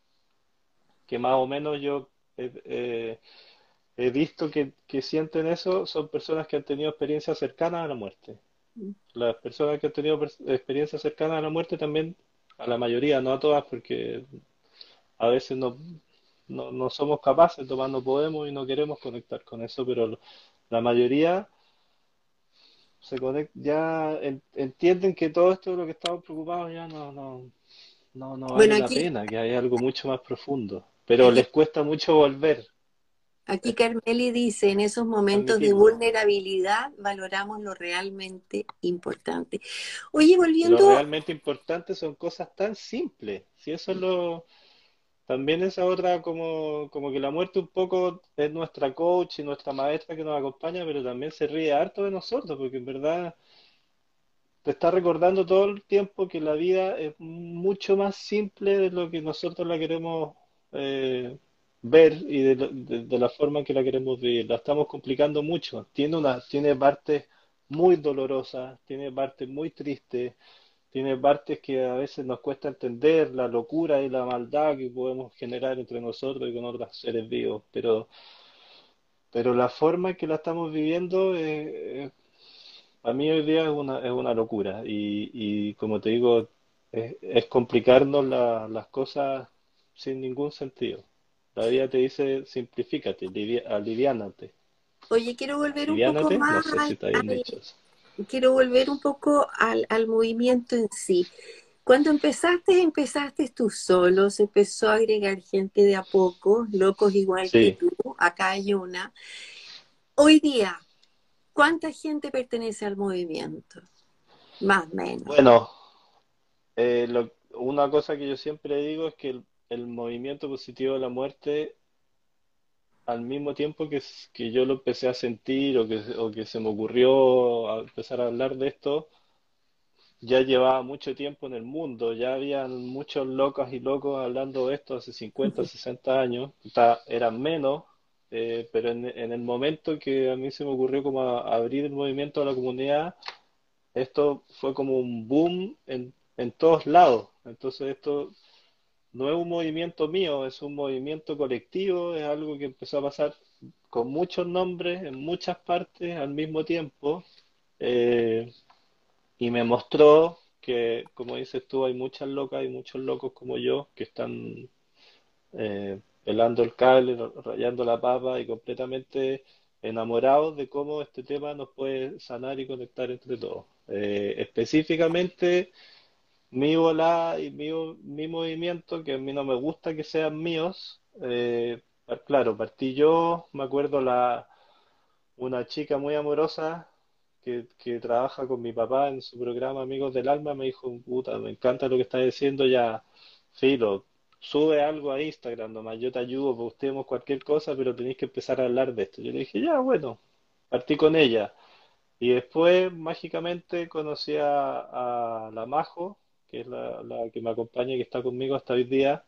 que más o menos yo he visto que sienten eso son personas que han tenido experiencias cercanas a la muerte. Las personas que han tenido experiencias cercanas a la muerte también, a la mayoría, no a todas, porque a veces no somos capaces, Tomás, no podemos y no queremos conectar con eso, pero la mayoría ya entienden que todo esto de lo que estamos preocupados ya no vale Bueno, la aquí, pena, que hay algo mucho más profundo, pero aquí les cuesta mucho volver, Aquí es Carmeli dice, en esos momentos de admitirlo. vulnerabilidad valoramos lo realmente importante. Oye, Y lo volviendo, realmente importante son cosas tan simples, si eso es lo. También esa otra, como que la muerte un poco es nuestra coach y nuestra maestra que nos acompaña, pero también se ríe harto de nosotros, porque en verdad te está recordando todo el tiempo que la vida es mucho más simple de lo que nosotros la queremos ver y de la forma en que la queremos vivir. La estamos complicando mucho. Tiene partes muy dolorosas, tiene partes muy tristes, tiene partes que a veces nos cuesta entender, la locura y la maldad que podemos generar entre nosotros y con otros seres vivos, pero la forma en que la estamos viviendo, a mí hoy día es una locura y como te digo, es complicarnos las cosas sin ningún sentido. La vida te dice simplifícate, aliviánate. oye, quiero volver un poco Aliviánate, no más sé si está bien dicho eso. quiero volver un poco al movimiento en sí. Cuando empezaste tú solo, se empezó a agregar gente de a poco, locos igual que Sí, tú, acá hay una. Hoy día, ¿cuánta gente pertenece al movimiento? Más o menos. bueno, una cosa que yo siempre digo es que el movimiento positivo de la muerte, al mismo tiempo que yo lo empecé a sentir o que se me ocurrió a empezar a hablar de esto, ya llevaba mucho tiempo en el mundo, ya habían muchos locos y locos hablando de esto hace 50, 60 años, eran menos, pero en el momento que a mí se me ocurrió como abrir el movimiento a la comunidad, esto fue como un boom en todos lados. Entonces esto no es un movimiento mío, es un movimiento colectivo, es algo que empezó a pasar con muchos nombres en muchas partes al mismo tiempo. eh, y me mostró que, como dices tú, hay muchas locas y muchos locos como yo que están pelando el cable, rayando la papa y completamente enamorados de cómo este tema nos puede sanar y conectar entre todos. Específicamente, mi volada y mi movimiento, que a mí no me gusta que sean míos, claro, partí yo, me acuerdo una chica muy amorosa que trabaja con mi papá en su programa Amigos del Alma, me dijo, puta, me encanta lo que estás diciendo, ya, filo, sube algo a Instagram nomás, yo te ayudo, posteemos cualquier cosa, pero tenéis que empezar a hablar de esto. Yo le dije, ya, bueno, partí con ella. Y después, mágicamente, conocí a la Majo, que es la que me acompaña y que está conmigo hasta hoy día,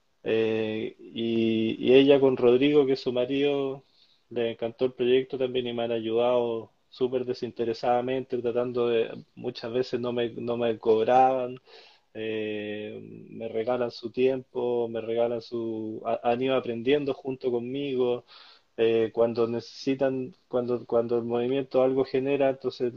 y ella con Rodrigo, que es su marido, le encantó el proyecto también y me han ayudado súper desinteresadamente, tratando de, muchas veces no me cobraban, me regalan su tiempo, me regalan han ido aprendiendo junto conmigo, cuando necesitan, cuando el movimiento algo genera, entonces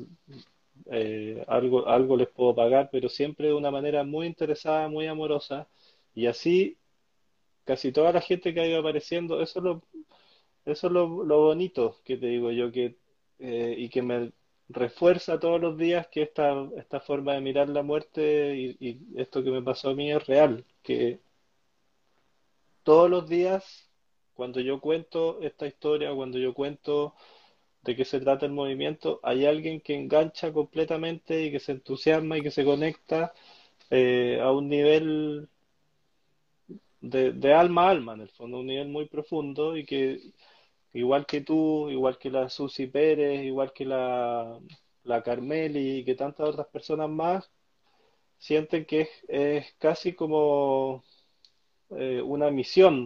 algo les puedo pagar, pero siempre de una manera muy interesada, muy amorosa. Y así casi toda la gente que ha ido apareciendo, eso es lo bonito que te digo yo, y que me refuerza todos los días que esta forma de mirar la muerte y esto que me pasó a mí es real, que todos los días, cuando yo cuento esta historia, cuando yo cuento de qué se trata el movimiento, hay alguien que engancha completamente y que se entusiasma y que se conecta a un nivel de alma a alma, en el fondo, un nivel muy profundo y que igual que tú, igual que la Susi Pérez, igual que la Carmeli y que tantas otras personas más, sienten que es casi como una misión,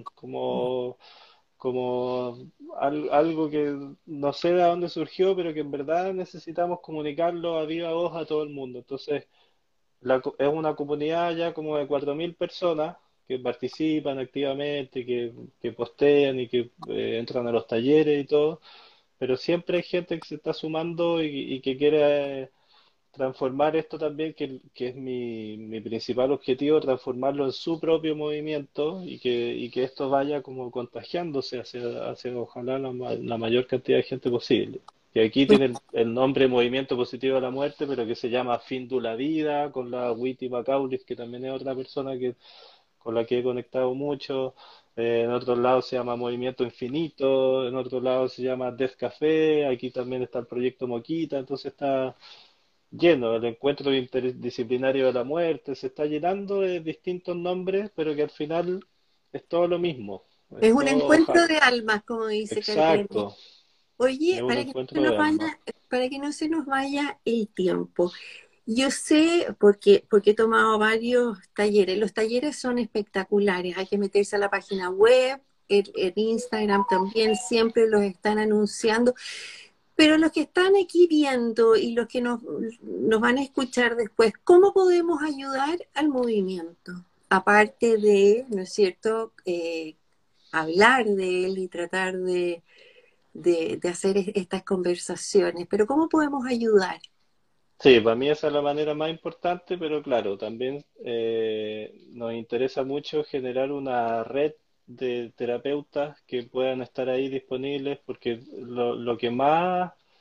como algo que no sé de dónde surgió, pero que en verdad necesitamos comunicarlo a viva voz a todo el mundo. Entonces, es una comunidad ya como de 4.000 personas que participan activamente, que postean y que entran a los talleres y todo, pero siempre hay gente que se está sumando y que quiere transformar esto también, que es mi principal objetivo, transformarlo en su propio movimiento y que esto vaya como contagiándose hacia ojalá la mayor cantidad de gente posible. Que aquí tiene el nombre Movimiento Positivo de la Muerte, pero que se llama Findula Vida, con la Witty Bacaulis, que también es otra persona con la que he conectado mucho. En otros lados se llama Movimiento Infinito, en otros lados se llama Death Café, aquí también está el proyecto Moquita, entonces está lleno, el encuentro interdisciplinario de la muerte, se está llenando de distintos nombres, pero que al final es todo lo mismo, es Es un todo, encuentro de almas, como dice Carmen. exacto, es Oye, un para que no se encuentro nos de alma. vaya, para que no se nos vaya el tiempo. Yo sé, porque he tomado varios talleres. Los talleres son espectaculares. Hay que meterse a la página web, en Instagram también, siempre los están anunciando. Pero los que están aquí viendo y los que nos van a escuchar después, ¿cómo podemos ayudar al movimiento? Aparte de, ¿no es cierto?, hablar de él y tratar de hacer estas conversaciones, pero ¿cómo podemos ayudar? Sí, para mí esa es la manera más importante, pero claro, también nos interesa mucho generar una red de terapeutas que puedan estar ahí disponibles, porque lo que más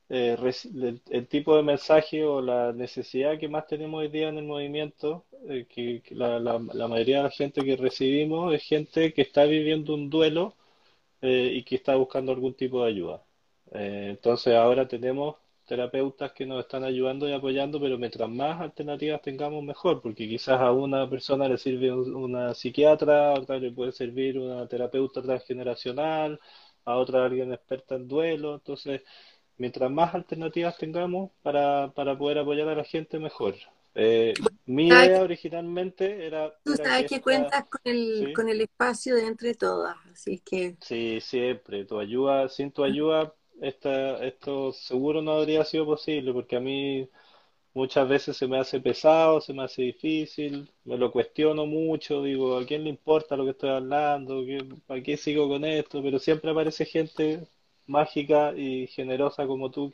el tipo de mensaje o la necesidad que más tenemos hoy día en el movimiento, que la mayoría de la gente que recibimos es gente que está viviendo un duelo y que está buscando algún tipo de ayuda. Entonces ahora tenemos terapeutas que nos están ayudando y apoyando, pero mientras más alternativas tengamos, mejor, porque quizás a una persona le sirve una psiquiatra, a otra le puede servir una terapeuta transgeneracional, a otra alguien experta en duelo. Entonces, mientras más alternativas tengamos para poder apoyar a la gente, mejor. Mi Sabes que- idea originalmente Tú era que sabes que esta, cuentas ¿sí? con el espacio de entre todas, así es que Sí, siempre. Tu ayuda, sin tu ayuda, esto seguro no habría sido posible, porque a mí muchas veces se me hace pesado, se me hace difícil, me lo cuestiono mucho, digo, ¿a quién le importa lo que estoy hablando? ¿Para qué sigo con esto? Pero siempre aparece gente mágica y generosa como tú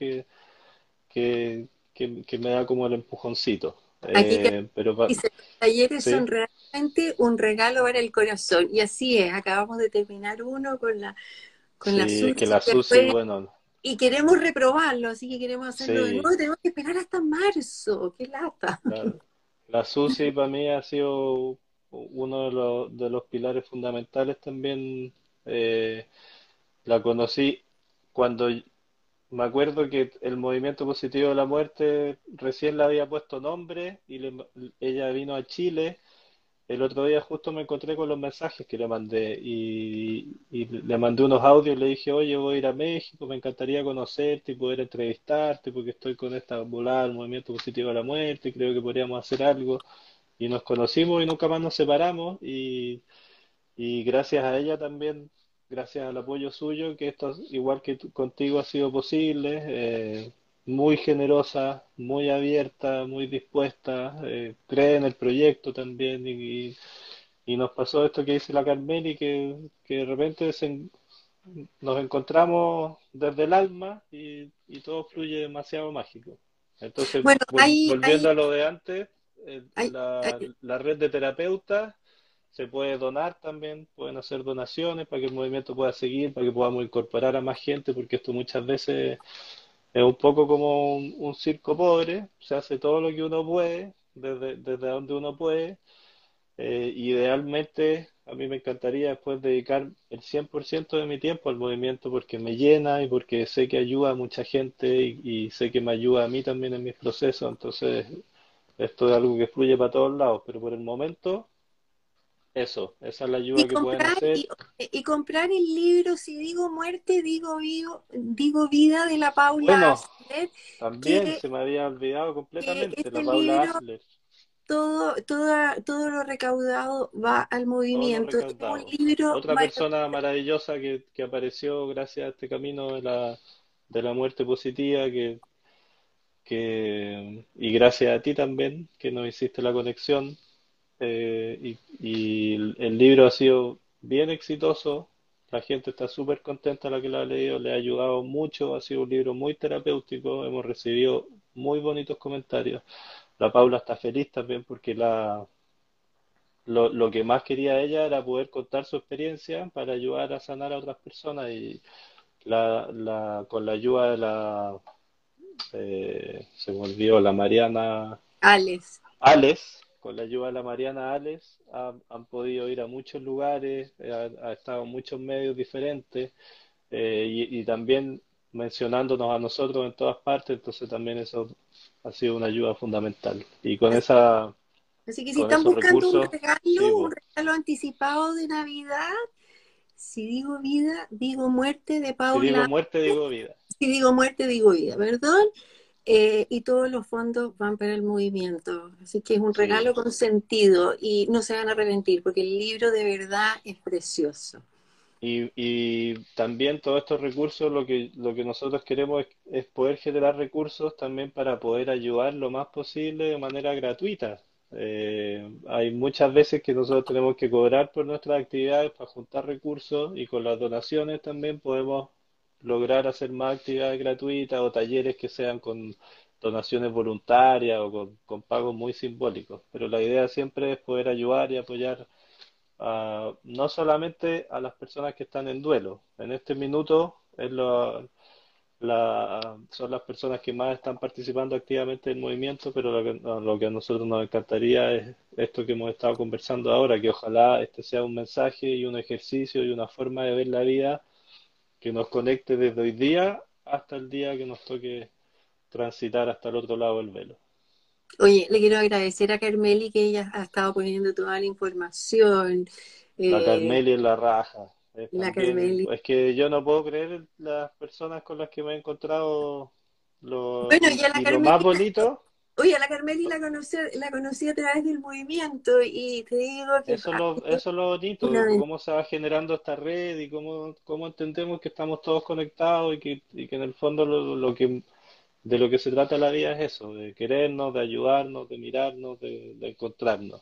que me da como el empujoncito. aquí que Pero dice, los talleres sí, son realmente un regalo para el corazón. Y así es, acabamos de terminar uno con la sí, es que Susi la Susi, después, bueno, y queremos reprobarlo, así que queremos hacerlo de sí. nuevo y tenemos que esperar hasta marzo. ¡Qué lata! La SUSI para mí ha sido uno de los pilares fundamentales también. eh, la conocí cuando me acuerdo que el movimiento positivo de la muerte recién le había puesto nombre y ella vino a Chile. El otro día justo me encontré con los mensajes que le mandé y le mandé unos audios y le dije, oye, voy a ir a México, me encantaría conocerte y poder entrevistarte porque estoy con esta volada del movimiento positivo de la muerte y creo que podríamos hacer algo. Y nos conocimos y nunca más nos separamos y gracias a ella también, gracias al apoyo suyo, que esto, igual que contigo, ha sido posible. Muy generosa, muy abierta, muy dispuesta, cree en el proyecto también y nos pasó esto que dice la Carmen y que de repente nos encontramos desde el alma y todo fluye demasiado mágico. Entonces, Bueno, volviendo a lo de antes, hay, la red de terapeutas se puede donar también, pueden hacer donaciones para que el movimiento pueda seguir, para que podamos incorporar a más gente, porque esto muchas veces es un poco como un circo pobre, se hace todo lo que uno puede, desde donde uno puede. Idealmente, a mí me encantaría después dedicar el 100% de mi tiempo al movimiento porque me llena y porque sé que ayuda a mucha gente y sé que me ayuda a mí también en mis procesos. Entonces, esto es algo que fluye para todos lados, pero por el momento, esa es la y ayuda que pueden comprar, hacer. y comprar el libro, si digo muerte, digo vida de la Paula Bueno, Asler, también que, se me había olvidado que completamente la este Paula libro, Asler, todo lo recaudado va al todo lo movimiento. Es un recaudado. libro Otra maravilloso. persona maravillosa que apareció gracias a este camino de la muerte positiva, y gracias a ti también, que nos hiciste la conexión. Y el libro ha sido bien exitoso, la gente está súper contenta la que lo ha leído, le ha ayudado mucho, ha sido un libro muy terapéutico, hemos recibido muy bonitos comentarios. La Paula está feliz también porque lo que más quería ella era poder contar su experiencia para ayudar a sanar a otras personas y con la ayuda de se me olvidó, la Mariana Alex. Alex, con la ayuda de la Mariana Alex, han podido ir a muchos lugares, ha estado en muchos medios diferentes y también mencionándonos a nosotros en todas partes, entonces también eso ha sido una ayuda fundamental. Y Así que si con están esos buscando recursos, sí, un regalo anticipado de Navidad, si digo vida, digo muerte de si digo Paula. muerte, digo vida. Si digo muerte, digo vida, perdón. Y todos los fondos van para el movimiento. Así que es un Sí. regalo con sentido y no se van a arrepentir porque el libro de verdad es precioso. Y también todos estos recursos, lo que nosotros queremos es poder generar recursos también para poder ayudar lo más posible de manera gratuita. Hay muchas veces que nosotros tenemos que cobrar por nuestras actividades para juntar recursos y con las donaciones también podemos lograr hacer más actividades gratuitas o talleres que sean con donaciones voluntarias o con pagos muy simbólicos. Pero la idea siempre es poder ayudar y apoyar no solamente a las personas que están en duelo. En este minuto es son las personas que más están participando activamente del movimiento, pero lo que a nosotros nos encantaría es esto que hemos estado conversando ahora, que ojalá este sea un mensaje y un ejercicio y una forma de ver la vida que nos conecte desde hoy día hasta el día que nos toque transitar hasta el otro lado del velo. Oye, le quiero agradecer a Carmeli que ella ha estado poniendo toda la información. La eh, Carmeli en la raja. la También, Carmeli. es que yo no puedo creer las personas con las que me he encontrado Bueno, ya la y lo más Carmeli, bonito, oye, a la Carmeli la conocí a través del movimiento y te digo que para mí eso es lo una bonito, cómo se va generando esta red y cómo entendemos que estamos todos conectados y que en el fondo de lo que se trata la vida es eso, de querernos, de ayudarnos, de mirarnos, de encontrarnos.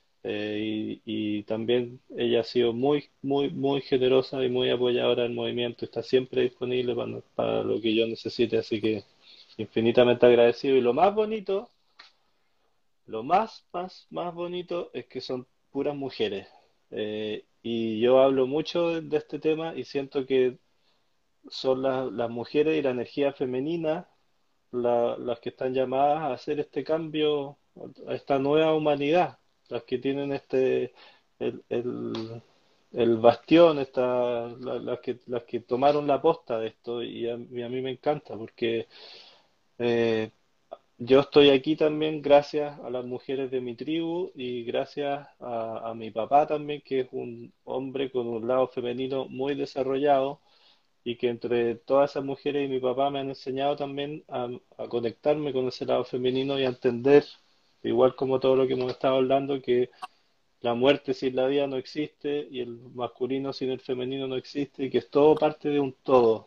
Y también ella ha sido muy generosa y muy apoyadora del movimiento, está siempre disponible para lo que yo necesite, así que infinitamente agradecido. Y lo más bonito, lo más bonito es que son puras mujeres. Y yo hablo mucho de este tema y siento que son las mujeres y la energía femenina las que están llamadas a hacer este cambio, a esta nueva humanidad, las que tienen el, el, el bastión, las que tomaron la posta de esto y a mí me encanta porque eh, yo estoy aquí también gracias a las mujeres de mi tribu y gracias a mi papá también, que es un hombre con un lado femenino muy desarrollado y que entre todas esas mujeres y mi papá me han enseñado también a conectarme con ese lado femenino y a entender, igual como todo lo que hemos estado hablando, que la muerte sin la vida no existe y el masculino sin el femenino no existe y que es todo parte de un todo.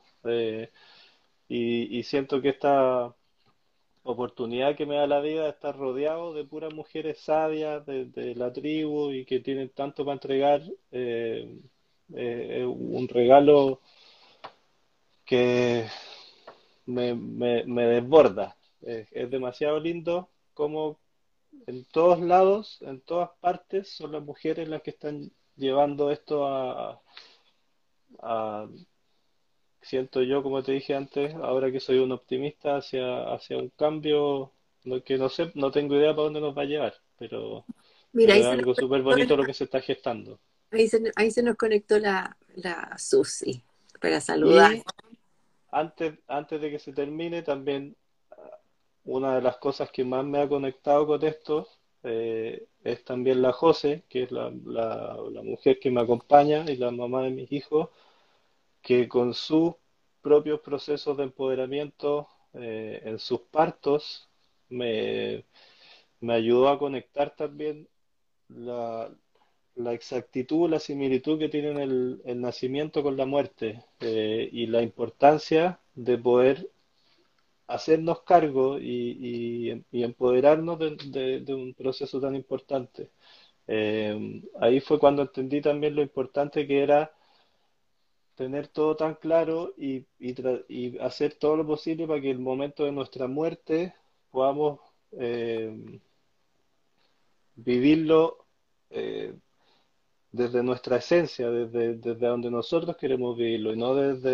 Y siento que esta oportunidad que me da la vida de estar rodeado de puras mujeres sabias de la tribu y que tienen tanto para entregar, es un regalo que me desborda. Es demasiado lindo como en todos lados, en todas partes, son las mujeres las que están llevando esto a- siento yo, como te dije antes, ahora que soy un optimista hacia un cambio que no sé, no tengo idea para dónde nos va a llevar, mira, pero es algo súper bonito lo que se está gestando. ahí se nos conectó la Susi para saludar. Y antes de que se termine, también una de las cosas que más me ha conectado con esto es también la José, que es la mujer que me acompaña y la mamá de mis hijos, que con sus propios procesos de empoderamiento en sus partos me, me ayudó a conectar también la, la exactitud, la similitud que tienen el nacimiento con la muerte y la importancia de poder hacernos cargo y empoderarnos de un proceso tan importante. Ahí fue cuando entendí también lo importante que era tener todo tan claro y hacer todo lo posible para que el momento de nuestra muerte podamos eh, vivirlo desde nuestra esencia, desde donde nosotros queremos vivirlo y no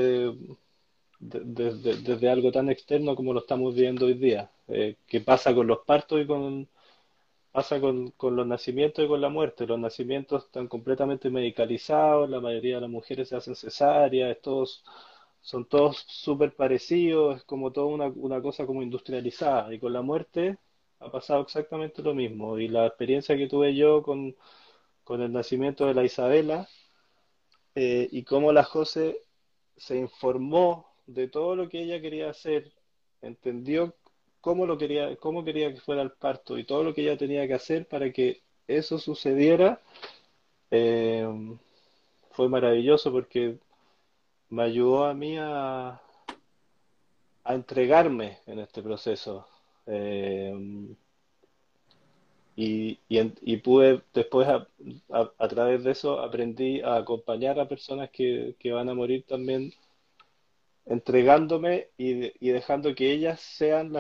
desde algo tan externo como lo estamos viviendo hoy día, que pasa con los partos pasa con los nacimientos y con la muerte. Los nacimientos están completamente medicalizados, la mayoría de las mujeres se hacen cesáreas, son todos súper parecidos, es como toda una cosa como industrializada. Y con la muerte ha pasado exactamente lo mismo. Y la experiencia que tuve yo con el nacimiento de la Isabela y cómo la José se informó de todo lo que ella quería hacer, entendió cómo quería que fuera el parto y todo lo que ella tenía que hacer para que eso sucediera, eh, fue maravilloso porque me ayudó a mí a entregarme en este proceso. Eh, y pude después, a través de eso, aprendí a acompañar a personas que van a morir también entregándome y dejando que ellas sean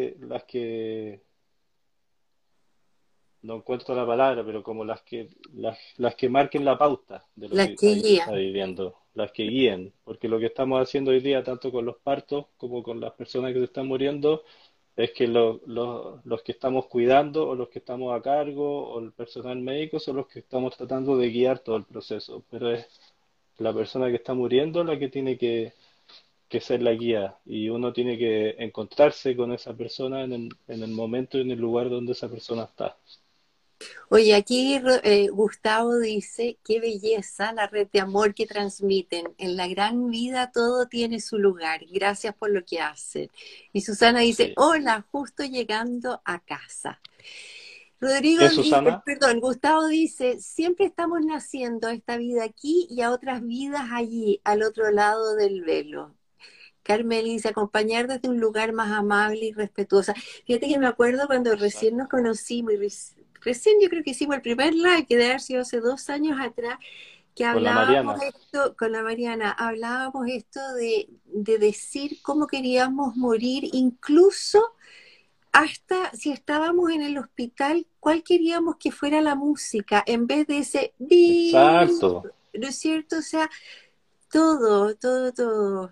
no encuentro la palabra, pero como las que marquen la pauta de lo La que que ahí se guía. está viviendo. las que guíen, porque lo que estamos haciendo hoy día, tanto con los partos como con las personas que se están muriendo, es que los que estamos cuidando o los que estamos a cargo o el personal médico son los que estamos tratando de guiar todo el proceso, pero es la persona que está muriendo la que tiene que ser la guía y uno tiene que encontrarse con esa persona en el momento y en el lugar donde esa persona está. Oye, aquí Gustavo dice, qué belleza la red de amor que transmiten. En la gran vida todo tiene su lugar. Gracias por lo que hacen. Y Susana dice, Sí. hola, justo llegando a casa. Rodrigo, ¿Qué, Susana? perdón, Gustavo dice, siempre estamos naciendo a esta vida aquí y a otras vidas allí, al otro lado del velo. Carmen dice, acompañar desde un lugar más amable y respetuosa. Fíjate que me acuerdo cuando recién nos Exacto. conocimos, y recién yo creo que hicimos el primer live, que debe haber sido hace 2 años atrás, que Con la hablábamos Mariana. esto con la Mariana, hablábamos esto de decir cómo queríamos morir, incluso hasta si estábamos en el hospital, cuál queríamos que fuera la música, en vez de ese "bi", Exacto. ¿no es cierto? O sea, todo, todo, todo.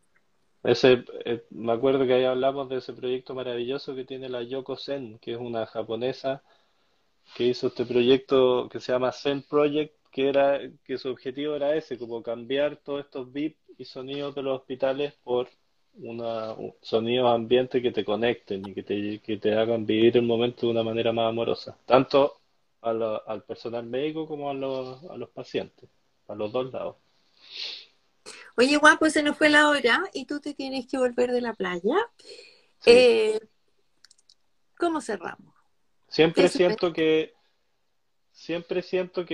Me acuerdo que ahí hablamos de ese proyecto maravilloso que tiene la Yoko Zen, que es una japonesa que hizo este proyecto que se llama Zen Project, que su objetivo era ese, como cambiar todos estos beeps y sonidos de los hospitales por sonidos ambientes que te conecten y que te hagan vivir el momento de una manera más amorosa, tanto al personal médico como a los pacientes, a los dos lados. Oye, Juan, pues se nos fue la hora y tú te tienes que volver de la playa. Sí, Eh, ¿Cómo cerramos? siempre Eso es. siento que Siempre siento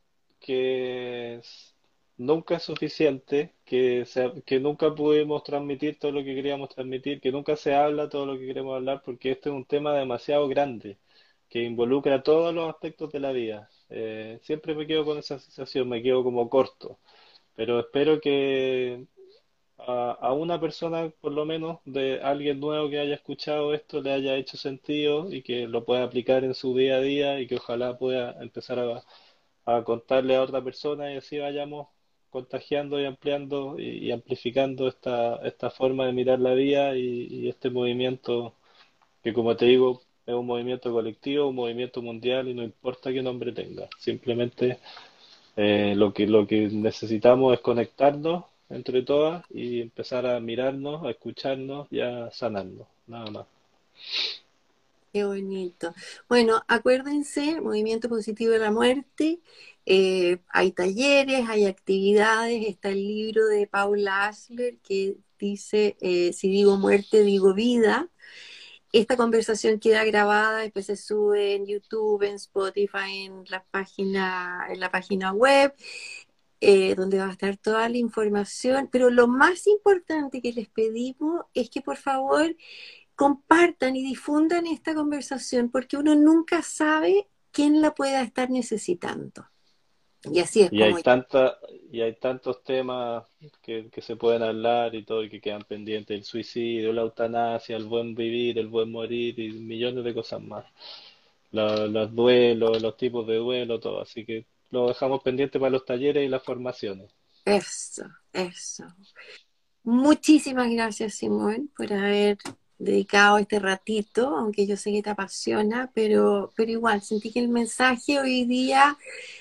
que nunca es suficiente, que nunca pudimos transmitir todo lo que queríamos transmitir, que nunca se habla todo lo que queremos hablar, porque este es un tema demasiado grande, que involucra todos los aspectos de la vida. Siempre me quedo con esa sensación, me quedo como corto, pero espero que a una persona, por lo menos, de alguien nuevo que haya escuchado esto, le haya hecho sentido y que lo pueda aplicar en su día a día y que ojalá pueda empezar a contarle a otra persona y así vayamos contagiando y ampliando y amplificando esta forma de mirar la vida y este movimiento que, como te digo, es un movimiento colectivo, un movimiento mundial y no importa qué nombre tenga. Simplemente lo que necesitamos es conectarnos entre todas y empezar a mirarnos, a escucharnos y a sanarnos, nada más. Qué bonito. Bueno, acuérdense, Movimiento Positivo de la Muerte, hay talleres, hay actividades, está el libro de Paula Asler que dice, si digo muerte, digo vida. Esta conversación queda grabada, después se sube en YouTube, en Spotify, en la página web, donde va a estar toda la información. Pero lo más importante que les pedimos es que por favor compartan y difundan esta conversación porque uno nunca sabe quién la pueda estar necesitando. Y así es Y como... y hay tantos temas que se pueden hablar y todo y que quedan pendientes, el suicidio, la eutanasia, el buen vivir, el buen morir y millones de cosas más. Los duelos, los tipos de duelo, todo. Así que lo dejamos pendiente para los talleres y las formaciones. Eso, eso. Muchísimas gracias, Simón, por haber dedicado este ratito, aunque yo sé que te apasiona, pero igual, sentí que el mensaje hoy día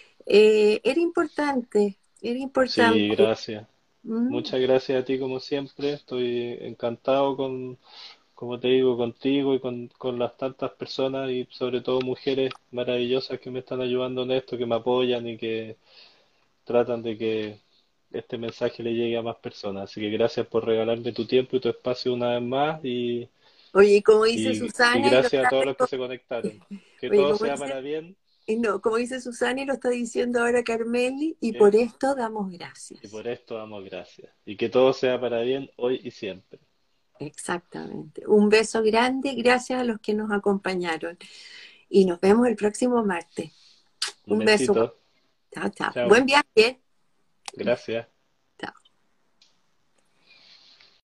era Sí, importante. gracias. ¿Mm? Muchas gracias a ti como siempre. Estoy encantado como te digo, contigo y con las tantas personas y sobre todo mujeres maravillosas que me están ayudando en esto, que me apoyan y que tratan de que este mensaje le llegue a más personas. Así que gracias por regalarme tu tiempo y tu espacio una vez más Oye, y como dice y Susana, y lo gracias a está, todos los que se conectaron. Que oye, todo como sea dice, para bien no, como dice Susana y lo está diciendo ahora Carmeli, y por ¿eh? esto damos Y gracias. por esto damos gracias. Y que todo sea para bien hoy y siempre. Exactamente. Un beso grande, gracias a los que nos acompañaron. Y nos vemos el próximo martes. Un Un beso. besito. Chao, chao. Chao. Buen viaje. Gracias.